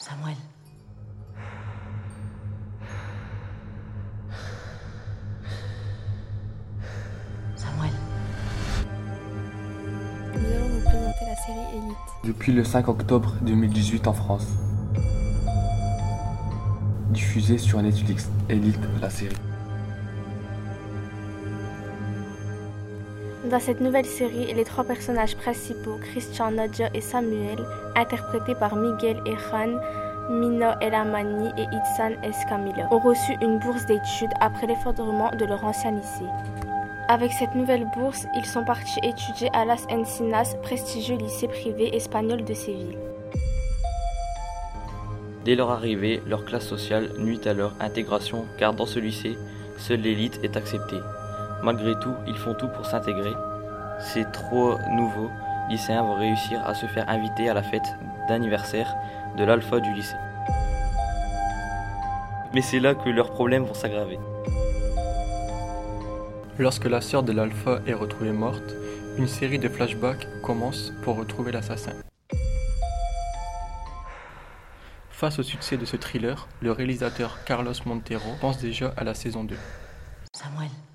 Samuel. Samuel. Nous allons vous présenter la série Élite. Depuis le 5 octobre 2018 en France. Diffusée sur Netflix, Élite, la série. Dans cette nouvelle série, les trois personnages principaux, Christian, Nadja et Samuel, interprétés par Miguel Erran, Mino El-Amani et Itzan Escamilla, ont reçu une bourse d'études après l'effondrement de leur ancien lycée. Avec cette nouvelle bourse, ils sont partis étudier à Las Encinas, prestigieux lycée privé espagnol de Séville. Dès leur arrivée, leur classe sociale nuit à leur intégration car dans ce lycée, seule l'élite est acceptée. Malgré tout, ils font tout pour s'intégrer. Ces trois nouveaux lycéens vont réussir à se faire inviter à la fête d'anniversaire de l'alpha du lycée. Mais c'est là que leurs problèmes vont s'aggraver. Lorsque la sœur de l'alpha est retrouvée morte, une série de flashbacks commence pour retrouver l'assassin. Face au succès de ce thriller, le réalisateur Carlos Montero pense déjà à la saison 2. Samuel.